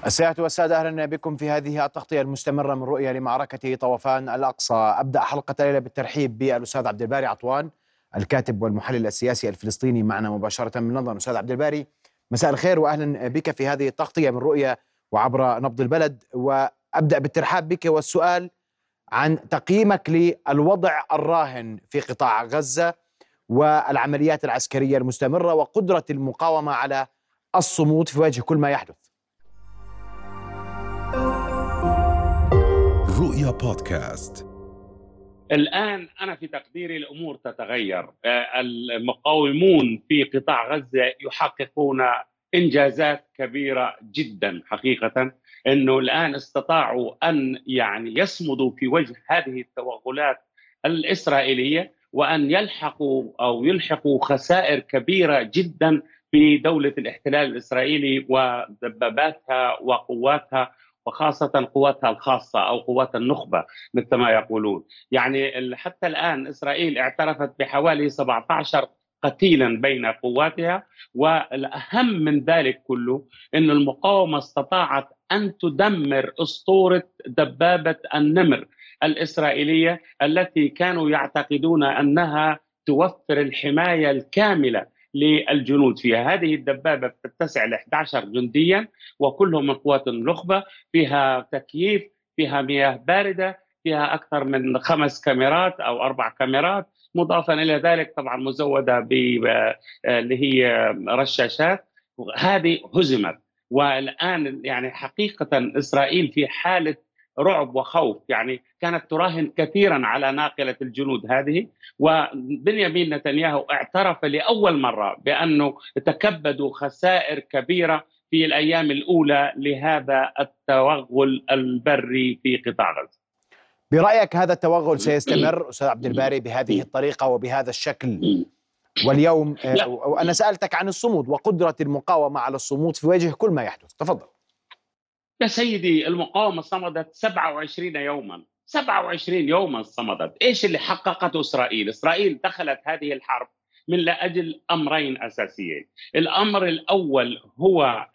السيادة والسادة، أهلا بكم في هذه التغطية المستمرة من رؤية لمعركة طوفان الأقصى. أبدأ حلقة الليلة بالترحيب بالأستاذ عبد الباري عطوان، الكاتب والمحلل السياسي الفلسطيني، معنا مباشرة من لندن. أستاذ عبد الباري، مساء الخير وأهلا بك في هذه التغطية من رؤية وعبر نبض البلد. وأبدأ بالترحاب بك والسؤال عن تقييمك للوضع الراهن في قطاع غزة والعمليات العسكرية المستمرة وقدرة المقاومة على الصمود في وجه كل ما يحدث. رؤيا بودكاست. الآن أنا في تقديري الأمور تتغير. المقاومون في قطاع غزة يحققون إنجازات كبيرة جدا حقيقة، أنه الآن استطاعوا أن يصمدوا في وجه هذه التوغلات الإسرائيلية، وأن يلحقوا خسائر كبيرة جدا في دولة الاحتلال الإسرائيلي ودباباتها وقواتها، وخاصة قواتها الخاصة أو قوات النخبة مثل ما يقولون. حتى الآن إسرائيل اعترفت بحوالي 17 قتيلا بين قواتها، والأهم من ذلك كله أن المقاومة استطاعت أن تدمر أسطورة دبابة النمر الإسرائيلية التي كانوا يعتقدون أنها توفر الحماية الكاملة للجنود فيها. هذه الدبابة تتسع ل 11 جنديا، وكلهم من قوات النخبة، فيها تكييف، فيها مياه باردة، فيها أكثر من 5 كاميرات أو 4 كاميرات، مضافا إلى ذلك طبعا مزودة اللي هي رشاشات. هذه هزمت، والآن حقيقة إسرائيل في حالة رعب وخوف. كانت تراهن كثيرا على ناقلة الجنود هذه، وبنيامين نتنياهو اعترف لأول مرة بأنه تكبدوا خسائر كبيرة في الأيام الأولى لهذا التوغل البري في قطاع غزة. برأيك هذا التوغل سيستمر أستاذ عبد الباري بهذه الطريقة وبهذا الشكل؟ واليوم وأنا سألتك عن الصمود وقدرة المقاومة على الصمود في وجه كل ما يحدث. تفضل. يا سيدي، المقاومة صمدت 27 يوما، 27 يوما صمدت. إيش اللي حققته إسرائيل؟ إسرائيل دخلت هذه الحرب من لأجل أمرين أساسيين. الأمر الأول هو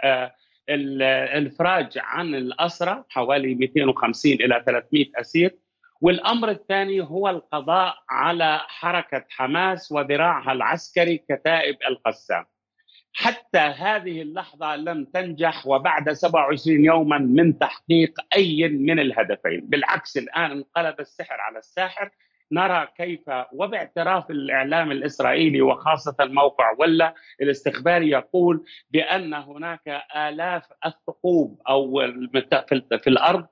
الإفراج عن الأسرى، حوالي 250 إلى 300 أسير. والأمر الثاني هو القضاء على حركة حماس وذراعها العسكري كتائب القسام. حتى هذه اللحظة لم تنجح، وبعد 27 يوما من تحقيق أي من الهدفين. بالعكس، الآن انقلب السحر على الساحر. نرى كيف، وباعتراف الإعلام الإسرائيلي وخاصة الموقع ولا الاستخباري، يقول بأن هناك آلاف الثقوب أو في الأرض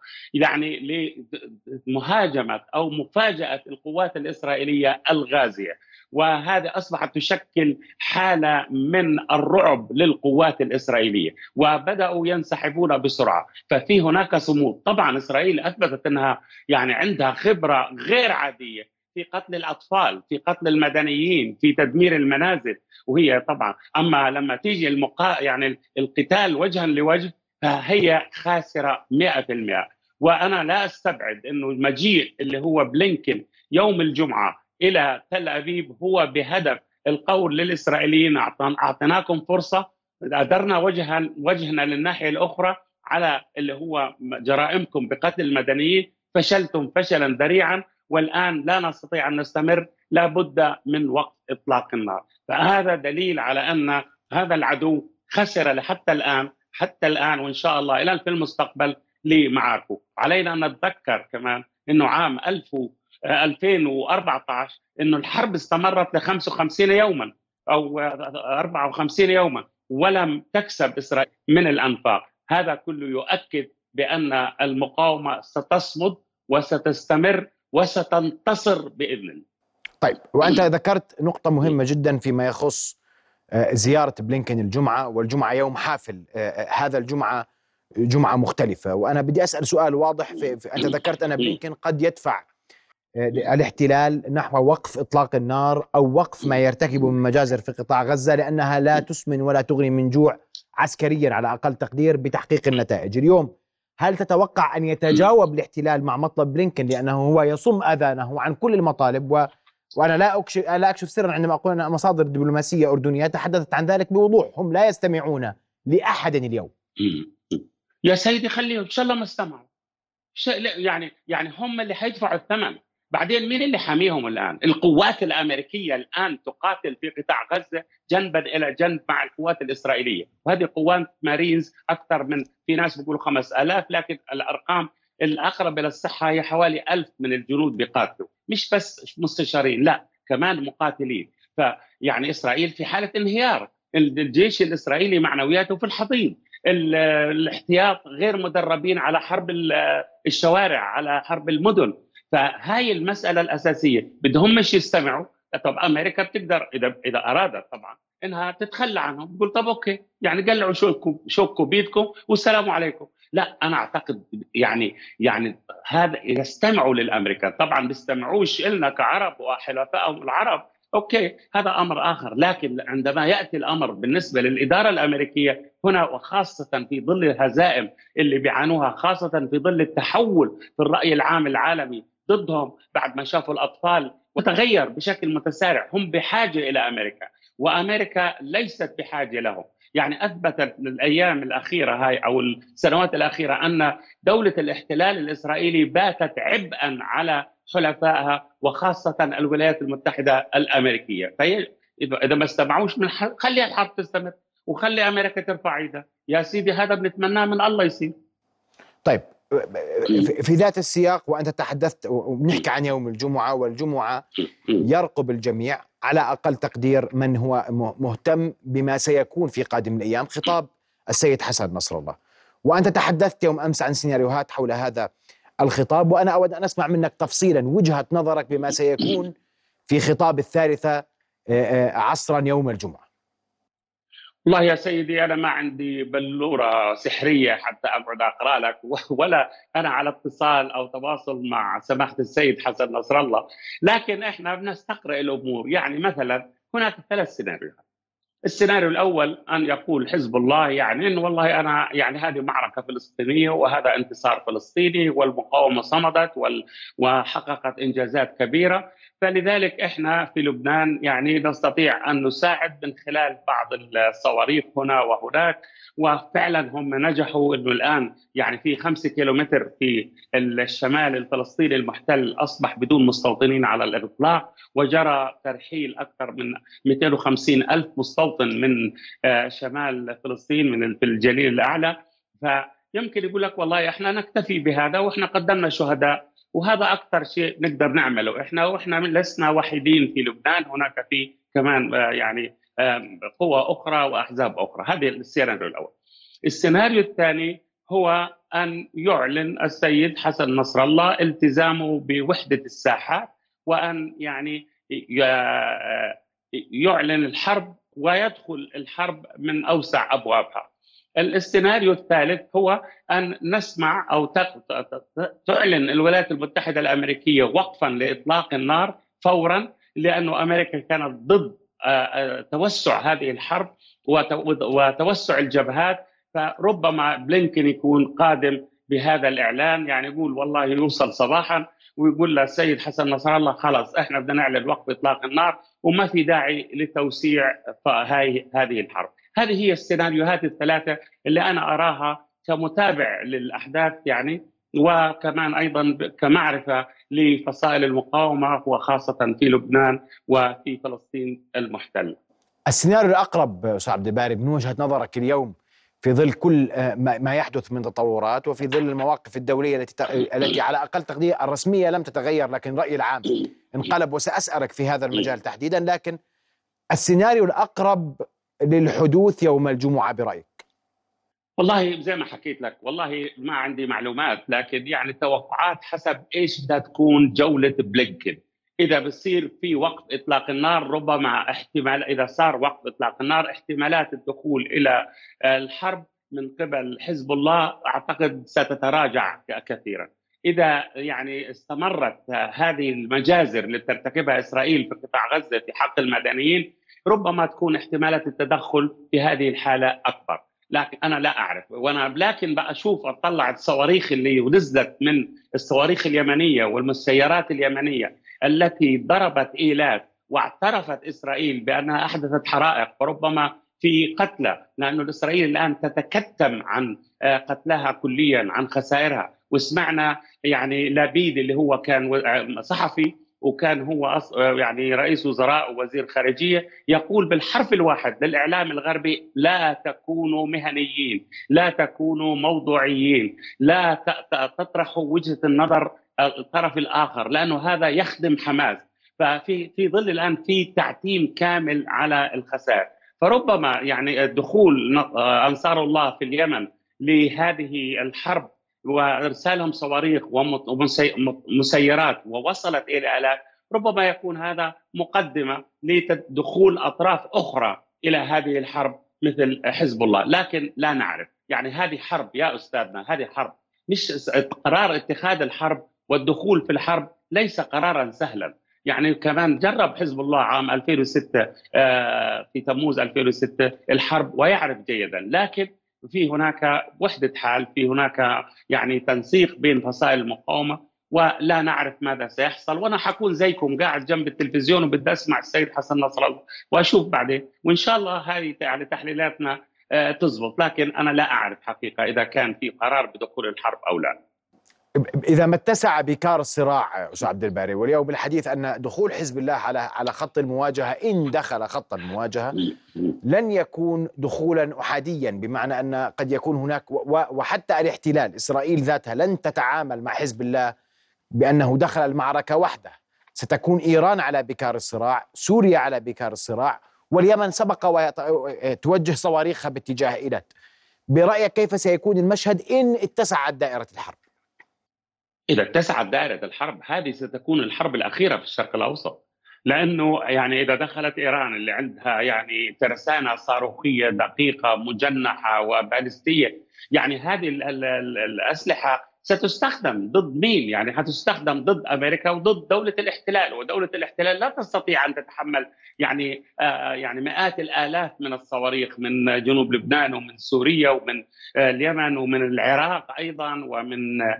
لمهاجمة أو مفاجأة القوات الإسرائيلية الغازية. وهذا أصبحت تشكل حالة من الرعب للقوات الإسرائيلية، وبدأوا ينسحبون بسرعة. ففي هناك صمود. طبعا إسرائيل أثبتت أنها عندها خبرة غير عادية في قتل الأطفال، في قتل المدنيين، في تدمير المنازل. وهي طبعا أما لما تيجي القتال وجها لوجه فهي خاسرة 100%. وأنا لا أستبعد أنه المجيء اللي هو بلينكن يوم الجمعة إلى تل أبيب هو بهدف القول للإسرائيليين: أعطيناكم فرصة، أدرنا وجهنا للناحية الأخرى على اللي هو جرائمكم بقتل المدنيين، فشلتم فشلا ذريعا، والآن لا نستطيع أن نستمر، لا بد من وقف إطلاق النار. فهذا دليل على أن هذا العدو خسر حتى الآن وإن شاء الله إلى في المستقبل لمعاركه. علينا أن نتذكر كمان أنه عام 2014 أنه الحرب استمرت ل 55 يوما أو 54 يوما ولم تكسب إسرائيل من الأنفاق. هذا كله يؤكد بأن المقاومة ستصمد وستستمر وستنتصر بإذن الله. طيب، وأنت ذكرت نقطة مهمة جدا فيما يخص زيارة بلينكن الجمعة، والجمعة يوم حافل. هذا الجمعة جمعة مختلفة، وأنا بدي أسأل سؤال واضح. أنت ذكرت أن بلينكن قد يدفع الاحتلال نحو وقف إطلاق النار أو وقف ما يرتكبه من مجازر في قطاع غزة، لأنها لا تسمن ولا تغني من جوع عسكريا على أقل تقدير بتحقيق النتائج. اليوم هل تتوقع أن يتجاوب الاحتلال مع مطلب بلينكن، لأنه هو يصم أذانه عن كل المطالب؟ وأنا لا أكشف سرا عندما أقول أن مصادر دبلوماسية أردنية تحدثت عن ذلك بوضوح. هم لا يستمعون لأحد اليوم. يا سيدي خليهم ان شاء الله ما استمعوا. يعني هم اللي حيدفعوا الثمن. بعدين مين اللي حاميهم الان؟ القوات الامريكيه الان تقاتل في قطاع غزه جنبا الى جنب مع القوات الاسرائيليه، وهذه قوات مارينز اكثر من، في ناس بيقولوا 5000، لكن الارقام الاقرب الى الصحه هي حوالي 1000 من الجنود بيقاتلوا، مش بس مستشارين، لا كمان مقاتلين. فيعني اسرائيل في حاله انهيار، الجيش الاسرائيلي معنوياته في الحضيض، الاحتياط غير مدربين على حرب الشوارع، على حرب المدن. فهاي المسألة الأساسية، بدهم مش يستمعوا. طب أمريكا بتقدر إذا أرادت طبعا إنها تتخلى عنهم، تقول طب أوكي يعني قلعوا شوكوا بيدكم والسلام عليكم. لا، أنا أعتقد يعني هذا إذا استمعوا للأمريكان، طبعا بيستمعوش إلنا كعرب وحلفائهم العرب، اوكي هذا امر اخر. لكن عندما ياتي الامر بالنسبه للاداره الامريكيه هنا، وخاصه في ظل الهزائم اللي بيعانوها، خاصه في ظل التحول في الراي العام العالمي ضدهم بعد ما شافوا الاطفال وتغير بشكل متسارع، هم بحاجه الى امريكا وامريكا ليست بحاجه لهم. يعني اثبتت الايام الاخيره هاي او السنوات الاخيره ان دوله الاحتلال الاسرائيلي باتت عبئا على حلفائها وخاصة الولايات المتحدة الأمريكية. إذا ما استمعوش من خلي الحرب تستمر وخلي أمريكا ترفع ايدها. يا سيدي هذا بنتمناه من الله يصير. طيب، في ذات السياق وأنت تحدثت وبنحكي عن يوم الجمعة، والجمعة يرقب الجميع على أقل تقدير من هو مهتم بما سيكون في قادم الأيام، خطاب السيد حسن نصر الله. وأنت تحدثت يوم أمس عن سيناريوهات حول هذا الخطاب، وأنا أود أن أسمع منك تفصيلا وجهة نظرك بما سيكون في خطاب الثالثة عصرا يوم الجمعة. والله يا سيدي أنا ما عندي بلورة سحرية حتى أقعد أقرأ لك، ولا أنا على اتصال أو تواصل مع سماحة السيد حسن نصر الله، لكن إحنا بنستقرأ الأمور. يعني مثلا هناك 3 سيناريوهات. السيناريو الأول أن يقول حزب الله يعني إن والله أنا يعني هذه معركة فلسطينية وهذا انتصار فلسطيني والمقاومة صمدت وحققت إنجازات كبيرة، فلذلك إحنا في لبنان يعني نستطيع أن نساعد من خلال بعض الصواريخ هنا وهناك. وفعلا هم نجحوا أنه الآن يعني في 5 كيلومتر في الشمال الفلسطيني المحتل أصبح بدون مستوطنين على الإطلاق، وجرى ترحيل أكثر من 250 ألف مستوطن من شمال فلسطين من في الجليل الأعلى. فيمكن يقول لك والله إحنا نكتفي بهذا وإحنا قدمنا شهداء، وهذا أكثر شيء نقدر نعمله إحنا، وإحنا لسنا وحيدين في لبنان، هناك في كمان يعني قوى أخرى وأحزاب أخرى. هذا السيناريو الأول. السيناريو الثاني هو أن يعلن السيد حسن نصر الله التزامه بوحدة الساحات، وأن يعني يعلن الحرب ويدخل الحرب من أوسع أبوابها. السيناريو الثالث هو أن نسمع أو تعلن الولايات المتحدة الأمريكية وقفا لإطلاق النار فورا، لأنه أمريكا كانت ضد توسع هذه الحرب وتوسع الجبهات. فربما بلينكن يكون قادم بهذا الإعلان، يعني يقول والله يوصل صباحا ويقول للسيد حسن نصر الله خلاص احنا بدنا نعلن وقف اطلاق النار وما في داعي لتوسيع هذه الحرب. هذه هي السيناريوهات الثلاثه اللي انا اراها كمتابع للاحداث يعني، وكمان ايضا كمعرفه لفصائل المقاومه وخاصه في لبنان وفي فلسطين المحتله. السيناريو الاقرب استاذ عبد الباري من وجهه نظرك اليوم في ظل كل ما يحدث من تطورات وفي ظل المواقف الدولية التي على أقل تقدير الرسمية لم تتغير لكن الرأي العام انقلب، وسأسألك في هذا المجال تحديدا، لكن السيناريو الأقرب للحدوث يوم الجمعة برأيك؟ والله زي ما حكيت لك والله ما عندي معلومات، لكن يعني توقعات حسب إيش بدها تكون جولة بلينكن. إذا بصير في وقف إطلاق النار ربما احتمال، إذا صار وقف إطلاق النار احتمالات الدخول إلى الحرب من قبل حزب الله أعتقد ستتراجع كثيرا. إذا يعني استمرت هذه المجازر اللي ترتكبها إسرائيل في قطاع غزة في حق المدنيين ربما تكون احتمالات التدخل في هذه الحالة أكبر، لكن أنا لا أعرف. لكن بأشوف أطلع الصواريخ اللي نزلت من الصواريخ اليمنية والمسيرات اليمنية التي ضربت إيلات، واعترفت إسرائيل بأنها أحدثت حرائق وربما في قتلى، لأنه إسرائيل الآن تتكتم عن قتلها كليا، عن خسائرها. وسمعنا يعني لابيد اللي هو كان صحفي وكان هو يعني رئيس وزراء ووزير خارجية يقول بالحرف الواحد للإعلام الغربي: لا تكونوا مهنيين، لا تكونوا موضوعيين، لا تطرحوا وجهة النظر الطرف الآخر، لأنه هذا يخدم حماس. في ظل الآن في تعتيم كامل على الخسائر. فربما يعني دخول أنصار الله في اليمن لهذه الحرب وارسالهم صواريخ ومسيرات ووصلت الى الاف، ربما يكون هذا مقدمه لدخول اطراف اخرى الى هذه الحرب مثل حزب الله. لكن لا نعرف، يعني هذه حرب يا استاذنا، هذه حرب، مش قرار اتخاذ الحرب والدخول في الحرب ليس قرارا سهلا. يعني كمان جرب حزب الله عام 2006 في تموز 2006 الحرب ويعرف جيدا، لكن في هناك وحدة حال، في هناك يعني تنسيق بين فصائل المقاومة، ولا نعرف ماذا سيحصل. وأنا حكون زيكم قاعد جنب التلفزيون وبدي أسمع السيد حسن نصر الله وأشوف بعدين، وإن شاء الله هذه يعني تحليلاتنا تزبط. لكن أنا لا أعرف حقيقة إذا كان في قرار بدخول الحرب أو لا. إذا ما اتسع بكار الصراع أستاذ عبد الباري، واليوم بالحديث أن دخول حزب الله على خط المواجهة، إن دخل خط المواجهة، لن يكون دخولا أحاديا، بمعنى أن قد يكون هناك وحتى الاحتلال، إسرائيل ذاتها لن تتعامل مع حزب الله بأنه دخل المعركة وحده، ستكون إيران على بكار الصراع، سوريا على بكار الصراع، واليمن سبق وتوجه صواريخها باتجاه إيلات. برأيك كيف سيكون المشهد إن اتسعت دائرة الحرب؟ إذا اتسعت دائرة الحرب هذه ستكون الحرب الأخيرة في الشرق الأوسط، لأنه يعني إذا دخلت إيران اللي عندها يعني ترسانة صاروخية دقيقة مجنحة وبالستية، يعني هذه الأسلحة ستستخدم ضد مين؟ يعني هتستخدم ضد أمريكا وضد دولة الاحتلال، ودولة الاحتلال لا تستطيع أن تتحمل يعني مئات الآلاف من الصواريخ من جنوب لبنان ومن سوريا ومن اليمن ومن العراق أيضا ومن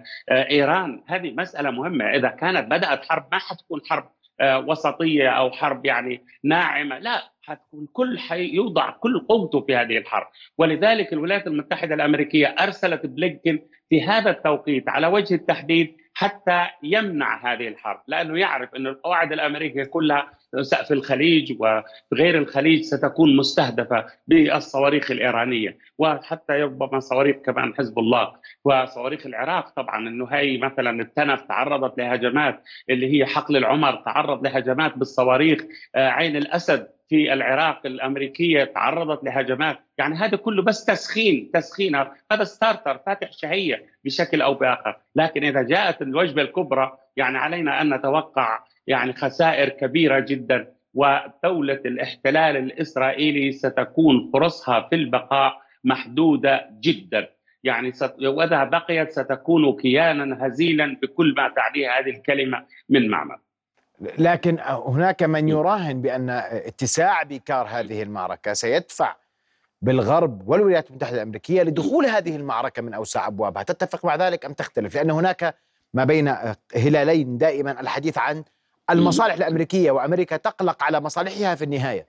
إيران. هذه مسألة مهمة. إذا كانت بدأت حرب ما حتكون حرب وسطية أو حرب يعني ناعمة، لا، حتكون كل يوضع كل قوته في هذه الحرب. ولذلك الولايات المتحدة الأمريكية أرسلت بلينكن في هذا التوقيت على وجه التحديد حتى يمنع هذه الحرب، لأنه يعرف أن القواعد الأمريكية كلها في الخليج وغير الخليج ستكون مستهدفة بالصواريخ الإيرانية، وحتى ربما صواريخ كمان حزب الله وصواريخ العراق. طبعا أنه هي مثلا التنف تعرضت لهجمات، اللي هي حقل العمر تعرض لهجمات بالصواريخ، عين الأسد في العراق الأمريكية تعرضت لهجمات. يعني هذا كله بس تسخين، هذا ستارتر فاتح شهية بشكل أو بآخر. لكن إذا جاءت الوجبة الكبرى يعني علينا أن نتوقع يعني خسائر كبيرة جدا، ودولة الاحتلال الإسرائيلي ستكون فرصها في البقاء محدودة جدا. يعني وإذا بقيت ستكون كيانا هزيلا بكل ما تعنيه هذه الكلمة من معنى. لكن هناك من يراهن بأن اتساع بكار هذه المعركة سيدفع بالغرب والولايات المتحدة الأمريكية لدخول هذه المعركة من أوسع أبوابها. تتفق مع ذلك أم تختلف؟ لأن هناك ما بين هلالين دائما الحديث عن المصالح الأمريكية، وأمريكا تقلق على مصالحها في النهاية.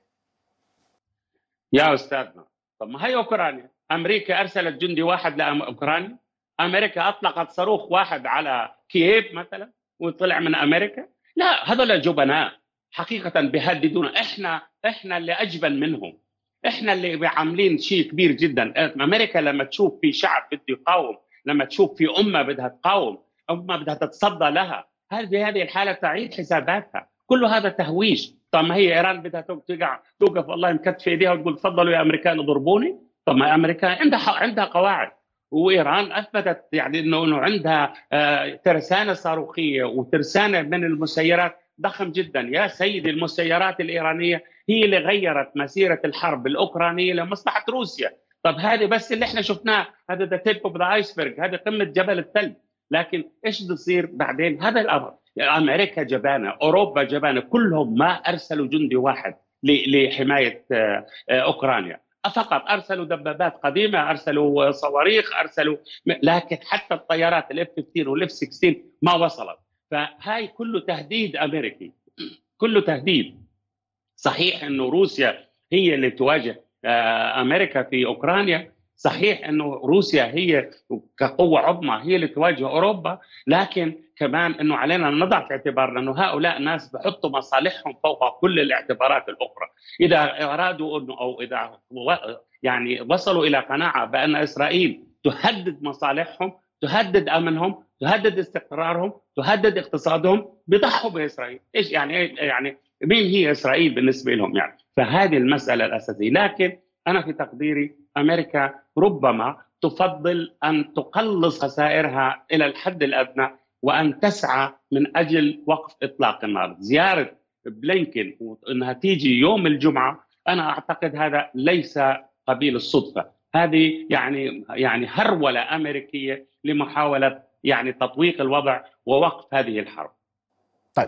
يا أستاذنا، طب ما هي أوكرانيا، أمريكا أرسلت جندي واحد لأوكرانيا؟ أمريكا أطلقت صاروخ واحد على كييف مثلا وطلع من أمريكا؟ لا، هذول جبناء حقيقة بيهددونا. إحنا اللي أجبن منهم، إحنا اللي عاملين شيء كبير جدا. أمريكا لما تشوف في شعب بده يقاوم، لما تشوف في أمة بدها تقاوم، أمة بدها تتصدى لها، هذه الحالة تعيد حساباتها. كل هذا تهويش. طب ما هي إيران بدها توقف والله مكتفة إيديها وتقول تفضلوا يا أمريكان اضربوني؟ طب ما أمريكا عندها قواعد، وإيران أثبتت يعني إنه عندها ترسانة صاروخية وترسانة من المسيرات ضخم جدا. يا سيدي، المسيرات الإيرانية هي اللي غيرت مسيرة الحرب الأوكرانية لمصلحة روسيا. طب هذه بس اللي احنا شفناه، هذا ذا تيب اوف ذا ايسبرغ، هذه قمة جبل الثلج. لكن ايش بصير بعدين؟ هذا الامر. امريكا جبانه، اوروبا جبانه، كلهم ما ارسلوا جندي واحد لحمايه اوكرانيا، فقط ارسلوا دبابات قديمه، ارسلوا صواريخ، ارسلوا، لكن حتى الطيارات الاف 15 والاف 16 ما وصلت. فهاي كله تهديد امريكي، كله تهديد. صحيح انه روسيا هي اللي تواجه امريكا في اوكرانيا. صحيح انه روسيا هي كقوه عظمى هي اللي تواجه اوروبا، لكن كمان انه علينا ان نضع في اعتبارنا انه هؤلاء ناس بحطوا مصالحهم فوق كل الاعتبارات الاخرى. اذا ارادوا انه او اذا يعني وصلوا الى قناعه بان اسرائيل تهدد مصالحهم، تهدد امنهم، تهدد استقرارهم، تهدد اقتصادهم، بيضحوا باسرائيل. ايش يعني مين هي اسرائيل بالنسبه لهم يعني؟ فهذه المساله الاساسيه. لكن انا في تقديري امريكا ربما تفضل ان تقلص خسائرها الى الحد الادنى وان تسعى من اجل وقف اطلاق النار. زياره بلينكن وانها تيجي يوم الجمعه، انا اعتقد هذا ليس قبيل الصدفه. هذه يعني هروله امريكيه لمحاوله يعني تطويق الوضع ووقف هذه الحرب. طيب،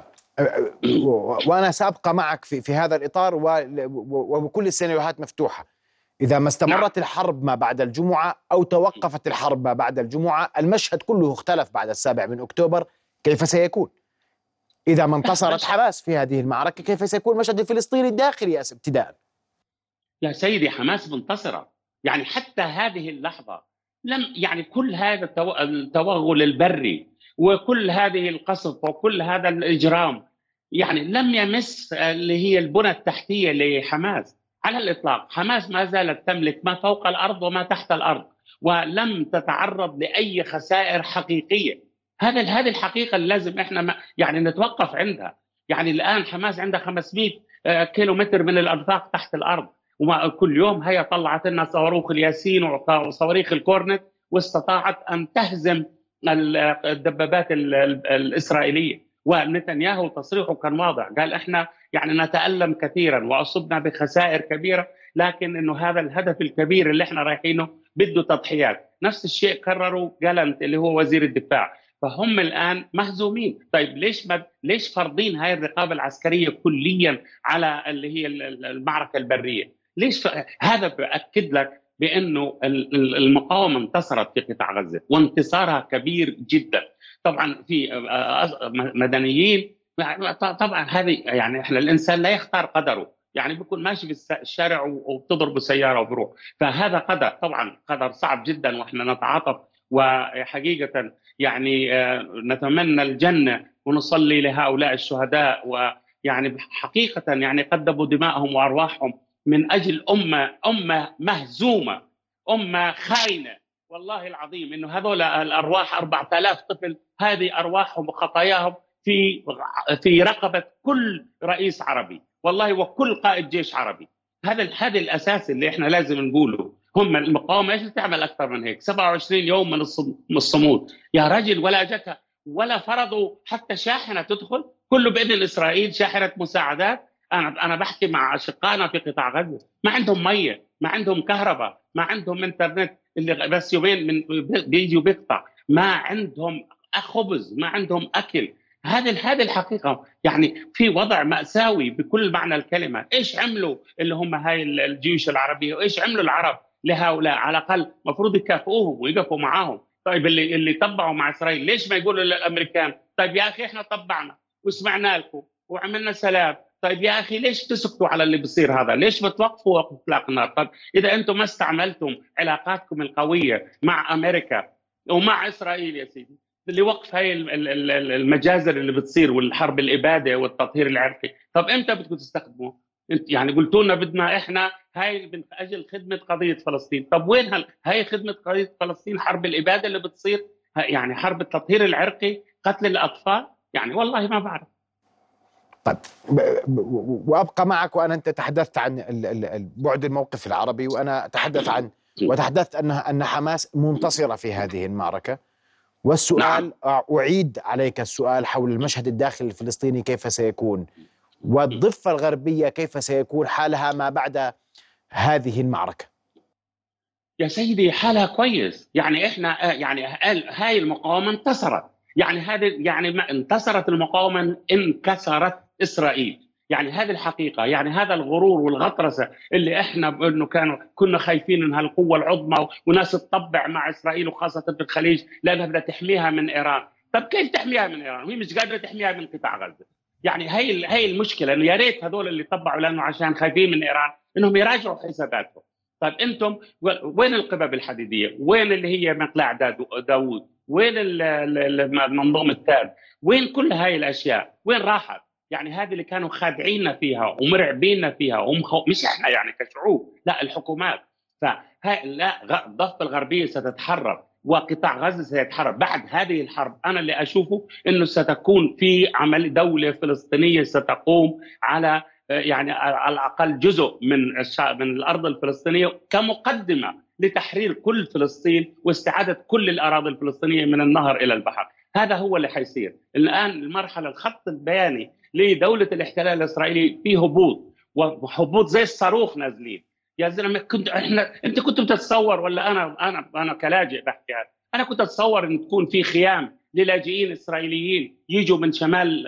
وانا سابقى معك في هذا الاطار وبكل السيناريوهات مفتوحه. اذا ما استمرت الحرب ما بعد الجمعه او توقفت الحرب ما بعد الجمعه، المشهد كله اختلف بعد 7 أكتوبر. كيف سيكون؟ اذا ما انتصرت حماس في هذه المعركه، كيف سيكون المشهد الفلسطيني الداخلي ابتداء؟ يا سيدي، حماس منتصره. يعني حتى هذه اللحظه لم يعني كل هذا التوغل البري وكل هذه القصف وكل هذا الإجرام يعني لم يمس اللي هي البنى التحتية لحماس على الإطلاق. حماس ما زالت تملك ما فوق الأرض وما تحت الأرض، ولم تتعرض لأي خسائر حقيقية. هذه الحقيقة اللي لازم إحنا يعني نتوقف عندها. يعني الآن حماس عندها 500 كيلومتر من الأنفاق تحت الأرض، وكل يوم هي طلعت لنا صواريخ الياسين وصواريخ الكورنت، واستطاعت أن تهزم الدبابات الإسرائيلية. ونتنياهو تصريحه كان واضح، قال احنا يعني نتألم كثيرا واصبنا بخسائر كبيرة، لكن انه هذا الهدف الكبير اللي احنا رايحينه بده تضحيات. نفس الشيء كرروا جالنت اللي هو وزير الدفاع. فهم الان مهزومين. طيب ليش فرضين هاي الرقابة العسكرية كليا على اللي هي المعركة البرية؟ ليش هذا بأكد لك بانه المقاومة انتصرت في قطاع غزة، وانتصارها كبير جدا. طبعا في مدنيين، طبعا هذه يعني احنا الانسان لا يختار قدره، يعني بيكون ماشي في الشارع وبتضرب سياره وبروح، فهذا قدر، طبعا قدر صعب جدا واحنا نتعاطف. وحقيقه يعني نتمنى الجنه ونصلي لهؤلاء الشهداء، ويعني حقيقه يعني قدموا دماءهم وارواحهم من اجل امه مهزومه، امه خاينه. والله العظيم انه هذول الارواح 4000 طفل، هذه ارواحهم وخطاياهم في رقبه كل رئيس عربي والله، وكل قائد جيش عربي. هذا الاساس اللي احنا لازم نقوله. هم المقاومه ايش تعمل اكثر من هيك؟ 27 يوم من الصمود يا رجل، ولا جت ولا فرضوا حتى شاحنه تدخل، كله باذن اسرائيل، شاحنه مساعدات. انا بحكي مع اشقائنا في قطاع غزه، ما عندهم ميه، ما عندهم كهرباء، ما عندهم انترنت، اللي بس يومين من بيجي وبيقطع، ما عندهم خبز، ما عندهم اكل. هذه الحقيقه. يعني في وضع ماساوي بكل معنى الكلمه. ايش عملوا اللي هم هاي الجيوش العربيه، وايش عملوا العرب لهؤلاء؟ على الاقل المفروض يكافئوهم ويقفوا معاهم. طيب اللي طبعوا مع اسرائيل ليش ما يقولوا للامريكان طيب يا اخي احنا طبعنا وسمعنا لكم وعملنا سلام؟ طيب يا اخي ليش تسكتوا على اللي بيصير هذا؟ ليش بتوقفوا وقف اطلاق النار؟ طيب اذا انتم ما استعملتم علاقاتكم القويه مع امريكا ومع اسرائيل يا سيدي لوقف هاي المجازر اللي بتصير والحرب الاباده والتطهير العرقي، طب امتى بدكم تستخدموه؟ انت يعني قلتوا لنا بدنا احنا هاي من اجل خدمه قضيه فلسطين. طب وين هاي خدمه قضيه فلسطين؟ حرب الاباده اللي بتصير، يعني حرب التطهير العرقي، قتل الاطفال، يعني والله ما بعرف. طيب، وابقى معك. انت تحدثت عن بعد الموقف العربي، وانا وتحدثت ان حماس منتصره في هذه المعركه. والسؤال اعيد عليك السؤال حول المشهد الداخلي الفلسطيني كيف سيكون، والضفه الغربيه كيف سيكون حالها ما بعد هذه المعركه؟ يا سيدي حالها كويس. يعني احنا يعني هاي المقاومه انتصرت، يعني ما انتصرت المقاومه، انكسرت اسرائيل. يعني هذه الحقيقه. يعني هذا الغرور والغطرسه اللي احنا انه كنا خايفين انها القوه العظمى وناس تطبع مع اسرائيل وخاصه في الخليج لانها بدها تحميها من ايران. طب كيف تحميها من ايران؟ هي مش قادره تحميها من قطاع غزه. يعني هي المشكله، انه يا ريت هذول اللي طبعوا لانه عشان خايفين من ايران انهم يراجعوا حساباتهم. طيب انتم وين القبب الحديديه؟ وين اللي هي مقلاع داوود؟ وين منظومه تاد؟ وين كل هاي الاشياء؟ وين راحت؟ يعني هذه اللي كانوا خادعيننا فيها ومرعبيننا فيها، مش احنا يعني كشعوب، لا الحكومات. لا، الضفه الغربيه ستتحرر وقطاع غزه سيتحرر بعد هذه الحرب. انا اللي اشوفه انه ستكون في عمل دوله فلسطينيه ستقوم على يعني على الاقل جزء من الارض الفلسطينيه كمقدمه لتحرير كل فلسطين واستعاده كل الاراضي الفلسطينيه من النهر الى البحر. هذا هو اللي حيصير الان. المرحله الخط البياني لدوله الاحتلال الاسرائيلي في هبوط، وهبوط زي الصاروخ نازلين. يا زلمه انت كنت بتتصور، ولا انا كلاجئ بحكي هذا، انا كنت اتصور ان تكون في خيام للاجئين اسرائيليين يجوا من شمال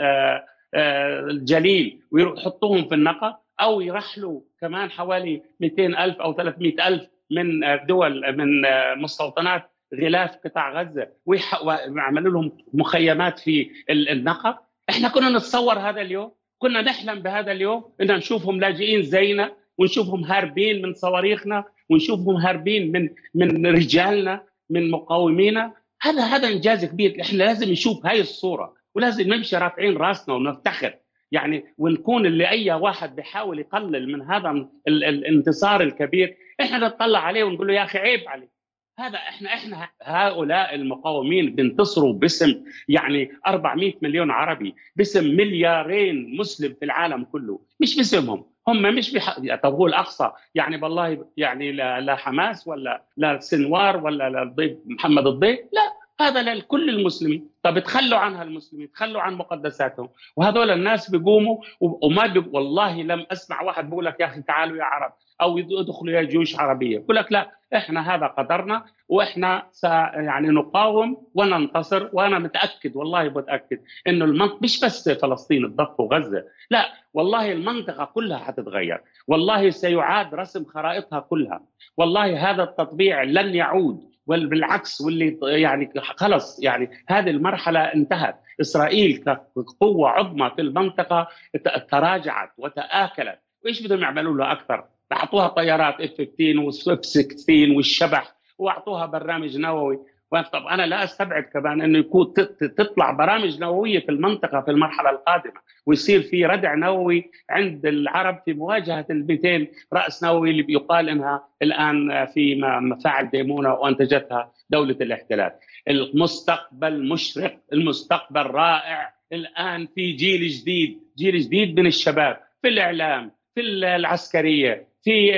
الجليل ويحطوهم في النقب، او يرحلوا كمان حوالي 200,000 او 300,000 من دول، من مستوطنات غلاف قطاع غزه، ويعملوا لهم مخيمات في النقب. احنا كنا نتصور هذا اليوم، كنا نحلم بهذا اليوم ان نشوفهم لاجئين زينا، ونشوفهم هاربين من صواريخنا، ونشوفهم هاربين من رجالنا، من مقاومينا. هذا انجاز كبير. احنا لازم نشوف هاي الصوره، ولازم نمشي رافعين راسنا ونفتخر يعني، ونكون اللي اي واحد بيحاول يقلل من هذا الانتصار الكبير احنا نطلع عليه ونقول له يا اخي عيب عليك. هذا احنا هؤلاء المقاومين بينتصروا باسم يعني 400 مليون عربي، باسم مليارين مسلم في العالم كله، مش باسمهم هم. مش طب هو الاقصى يعني والله يعني لا حماس ولا لا سنوار ولا لا الضيف محمد الضيف، لا، هذا لكل المسلمين. طب تخلوا عنها المسلمين، تخلوا عن مقدساتهم، وهذول الناس بيقوموا وما والله لم اسمع واحد بيقول لك يا اخي تعالوا يا عرب او يدخلوا يا جيوش عربيه. بقول لك لا، احنا هذا قدرنا، واحنا يعني نقاوم وننتصر. وانا متاكد، والله متاكد انه المنطقه مش بس فلسطين الضفه وغزه، لا والله المنطقه كلها حتتغير، والله سيعاد رسم خرائطها كلها. والله هذا التطبيع لن يعود، بالعكس، واللي يعني خلص يعني هذه المرحله انتهت. اسرائيل كقوه عظمى في المنطقه تراجعت وتآكلت، وايش بدهم يعملوا له اكثر؟ اعطوها طيارات F-15 وF-16 والشبح، واعطوها برنامج نووي. طب انا لا استبعد كمان انه يكون تطلع برامج نوويه في المنطقه في المرحله القادمه، ويصير في ردع نووي عند العرب في مواجهه ال 200 راس نووي اللي بيقال انها الان في مفاعل ديمونه وانتجتها دوله الاحتلال. المستقبل مشرق، المستقبل رائع. الان في جيل جديد، جيل جديد من الشباب في الاعلام، في العسكريه، في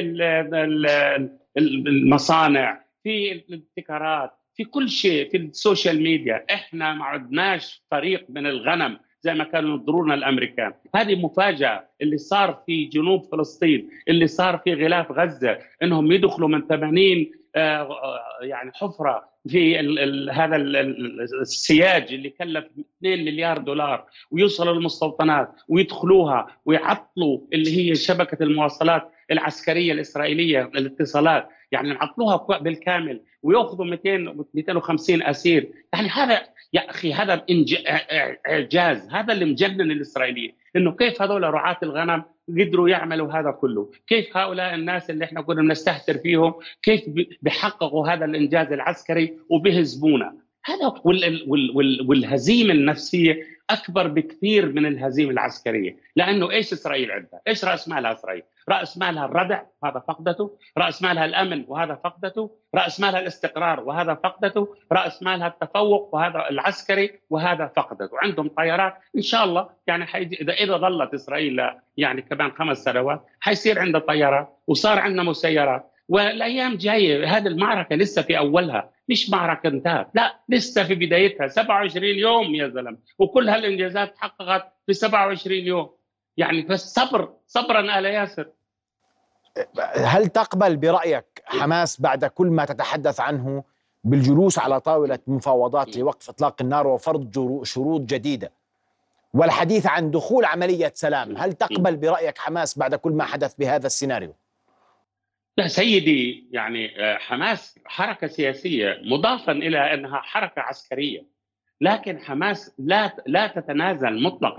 المصانع، في الابتكارات، في كل شيء، في السوشيال ميديا. احنا ما عدناش فريق من الغنم زي ما كانوا ينظرونا الامريكان. هذه مفاجاه اللي صار في جنوب فلسطين، اللي صار في غلاف غزه، انهم يدخلوا من 80 يعني حفره في هذا السياج اللي كلف 2 مليار دولار، ويوصلوا للمستوطنات ويدخلوها ويعطلوا اللي هي شبكه المواصلات العسكريه الاسرائيليه، الاتصالات، يعني نعطلوها بالكامل، وياخذوا 250 اسير. يعني هذا يا اخي هذا اعجاز. هذا اللي مجنن الاسرائيليين، انه كيف هذول رعاة الغنم قدروا يعملوا هذا كله، كيف هؤلاء الناس اللي احنا كنا بنستهتر فيهم كيف بيحققوا هذا الانجاز العسكري وبيهزمونا. هذا والهزيمه النفسيه اكبر بكثير من الهزيمه العسكريه. لانه ايش اسرائيل عندها؟ ايش راس مالها اسرائيل؟ راس مالها الردع وهذا فقدته، راس مالها الامن وهذا فقدته، راس مالها الاستقرار وهذا فقدته، راس مالها التفوق وهذا العسكري وهذا فقدته. وعندهم طيارات ان شاء الله يعني اذا ظلت اسرائيل يعني كمان 5 سنوات حيصير عندها طيارات، وصار عندنا مسيرات. والايام جايه، هذه المعركه لسه في اولها، مش معركه انتهت، لا لسه في بدايتها. 27 يوم يا زلمه، وكل هالانجازات تحققت في 27 يوم. يعني بس صبرا آل ياسر. هل تقبل برأيك حماس بعد كل ما تتحدث عنه بالجلوس على طاولة مفاوضات لوقف إطلاق النار وفرض شروط جديدة والحديث عن دخول عملية سلام؟ هل تقبل برأيك حماس بعد كل ما حدث بهذا السيناريو؟ لا سيدي، يعني حماس حركة سياسية مضافا إلى أنها حركة عسكرية، لكن حماس لا تتنازل مطلقا.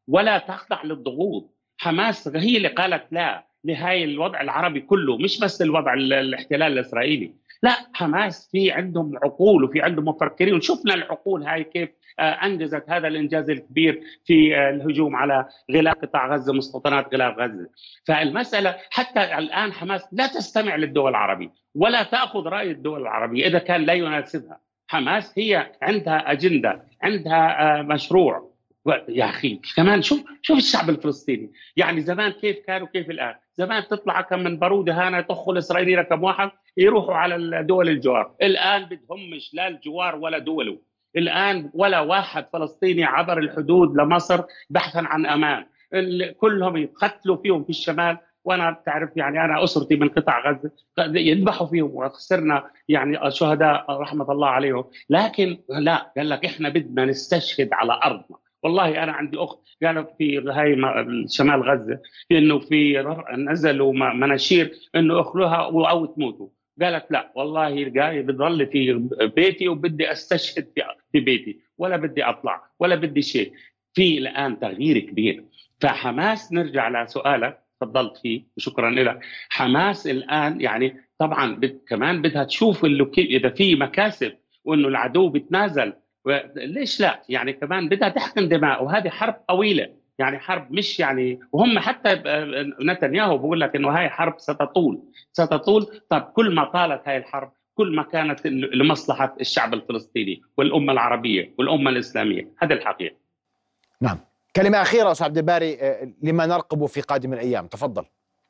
ولا تخضع للضغوط. حماس هي اللي قالت لا لهاي الوضع العربي كله، مش بس الوضع الاحتلال الإسرائيلي. لا، حماس في عندهم عقول وفي عندهم مفكرين، وشفنا العقول هاي كيف أنجزت هذا الإنجاز الكبير في الهجوم على غلاف قطاع غزة، مستوطنات غلاف غزة. فالمسألة حتى الآن حماس لا تستمع للدول العربية ولا تأخذ رأي الدول العربية إذا كان لا يناسبها. حماس هي عندها أجندة، عندها مشروع. يا أخي كمان شوف الشعب الفلسطيني، يعني زمان كيف كانوا كيف الآن. زمان تطلع كم من بارودة هنا يطخوا الإسرائيلي رقم واحد يروحوا على الدول الجوار. الآن بدهمش لا الجوار ولا دوله. الآن ولا واحد فلسطيني عبر الحدود لمصر بحثا عن أمان. كلهم يقتلوا فيهم في الشمال. وانا بتعرف يعني انا اسرتي من قطاع غزه يذبحوا فيهم، وخسرنا يعني شهداء رحمه الله عليهم. لكن لا، قال لك احنا بدنا نستشهد على ارضنا. والله انا عندي اخت قالت في هاي شمال غزه انه في نزلوا مناشير انه اخلوها او تموتوا. قالت لا والله جاي بضل في بيتي وبدي استشهد في بيتي، ولا بدي اطلع ولا بدي شيء. في الان تغيير كبير. فحماس، نرجع لسؤالك تفضلت فيه وشكرا لك. حماس الان يعني طبعا كمان بدها تشوف اذا في مكاسب وانه العدو بيتنازل، ليش لا؟ يعني كمان بدها تحقن دماء، وهذه حرب طويله، يعني حرب مش يعني. وهم حتى نتنياهو بقول لك انه هاي حرب ستطول. طب كل ما طالت هاي الحرب كل ما كانت لمصلحه الشعب الفلسطيني والامه العربيه والامه الاسلاميه. هذه الحقيقه. نعم. كلمة أخيرة أستاذ عبد الباري لما نرقب في قادم الأيام، تفضل.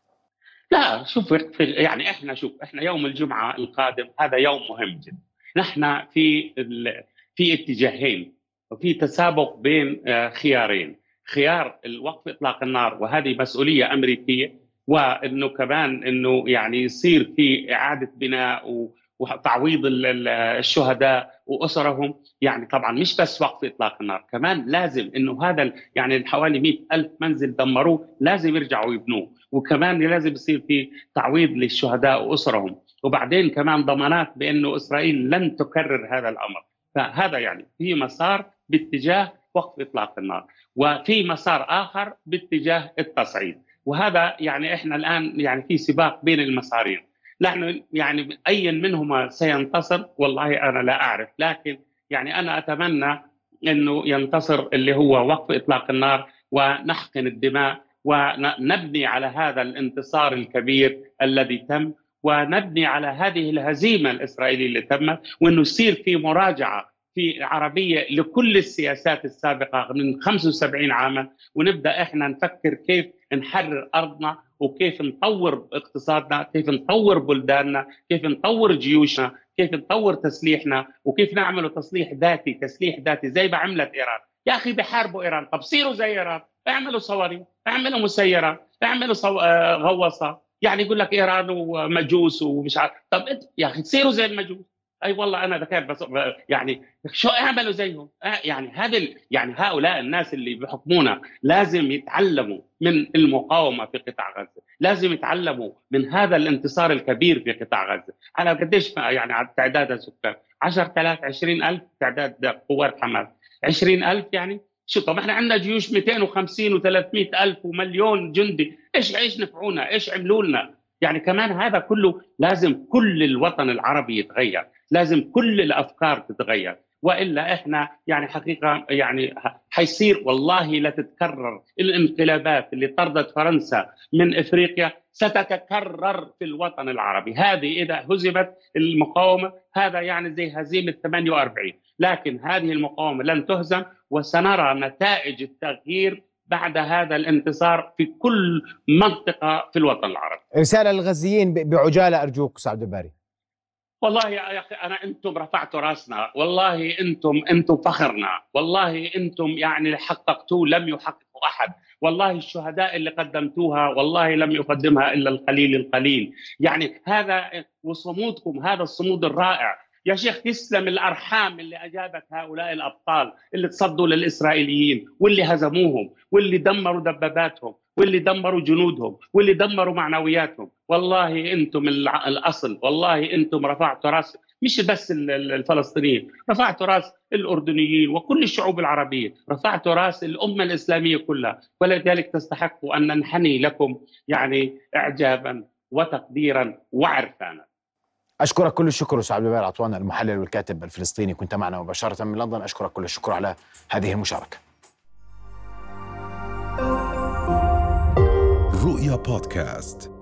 لا شوف، يعني احنا يوم الجمعه القادم هذا يوم مهم جدا. نحن في اتجاهين وفي تسابق بين خيارين. خيار الوقف اطلاق النار، وهذه مسؤوليه امريكيه، وانه كمان انه يعني يصير في اعاده بناء وتعويض الشهداء واسرهم. يعني طبعا مش بس وقف اطلاق النار، كمان لازم انه هذا يعني حوالي 100,000 منزل دمروه لازم يرجعوا يبنوه، وكمان لازم يصير في تعويض للشهداء واسرهم، وبعدين كمان ضمانات بانه اسرائيل لن تكرر هذا الامر. فهذا يعني في مسار باتجاه وقف اطلاق النار، وفي مسار اخر باتجاه التصعيد. وهذا يعني احنا الان يعني في سباق بين المسارين. نحن يعني اي منهما سينتصر والله انا لا اعرف، لكن يعني انا اتمنى انه ينتصر اللي هو وقف اطلاق النار ونحقن الدماء ونبني على هذا الانتصار الكبير الذي تم، ونبني على هذه الهزيمة الإسرائيلية اللي تمت، وأنه يصير في مراجعة في عربية لكل السياسات السابقة من 75 عاما، ونبدأ إحنا نفكر كيف نحرر أرضنا، وكيف نطور اقتصادنا، كيف نطور بلداننا، كيف نطور جيوشنا، كيف نطور تسليحنا، وكيف نعمل تسليح ذاتي زي ما عملت إيران. يا أخي بحاربوا إيران، طب صيروا زي إيران، اعملوا صواريخ، اعملوا مسيرات، اعملوا غواصات. يعني يقول لك ايران ومجوس ومش عارف. طب انت يا اخي تصيروا زي المجوس. اي والله انا ذكرت بس يعني شو اعملوا زيهم. يعني يعني هؤلاء الناس اللي بيحكمونا لازم يتعلموا من المقاومه في قطاع غزه، لازم يتعلموا من هذا الانتصار الكبير في قطاع غزه. على قديش يعني على تعداد السكان 10,000 20,000 تعداد قوات حماس 20,000 يعني شو. طب احنا عندنا جيوش 250 و300 ألف ومليون جندي، ايش نفعونا، ايش عملوا لنا؟ يعني كمان هذا كله لازم كل الوطن العربي يتغير، لازم كل الافكار تتغير، والا احنا يعني حقيقه يعني حيصير والله لا تتكرر الانقلابات اللي طردت فرنسا من افريقيا، ستتكرر في الوطن العربي. هذه اذا هزمت المقاومه هذا يعني زي هزيمه 48، لكن هذه المقاومه لن تهزم، وسنرى نتائج التغيير بعد هذا الانتصار في كل منطقة في الوطن العربي. رسالة للغزيين بعجالة أرجوك سعد الباري. والله يا أخي أنا أنتم رفعتوا راسنا، والله أنتم فخرنا، والله أنتم يعني حققتوه لم يحققوا أحد. والله الشهداء اللي قدمتوها والله لم يقدمها إلا القليل. يعني هذا وصمودكم، هذا الصمود الرائع يا شيخ. تسلم الأرحام اللي أجابت هؤلاء الأبطال اللي تصدوا للإسرائيليين واللي هزموهم واللي دمروا دباباتهم واللي دمروا جنودهم واللي دمروا معنوياتهم. والله أنتم الأصل، والله أنتم رفعتوا مش بس الفلسطينيين، رفعتوا راس الأردنيين وكل الشعوب العربية، رفعتوا راس الأمة الإسلامية كلها، ولذلك تستحقوا أن ننحني لكم يعني إعجابا وتقديرا وعرفانا. أشكرك كل الشكر أستاذ عبد الباري العطوان، المحلل والكاتب الفلسطيني، كنت معنا مباشرة من لندن. أشكرك كل الشكر على هذه المشاركة. رؤيا بودكاست.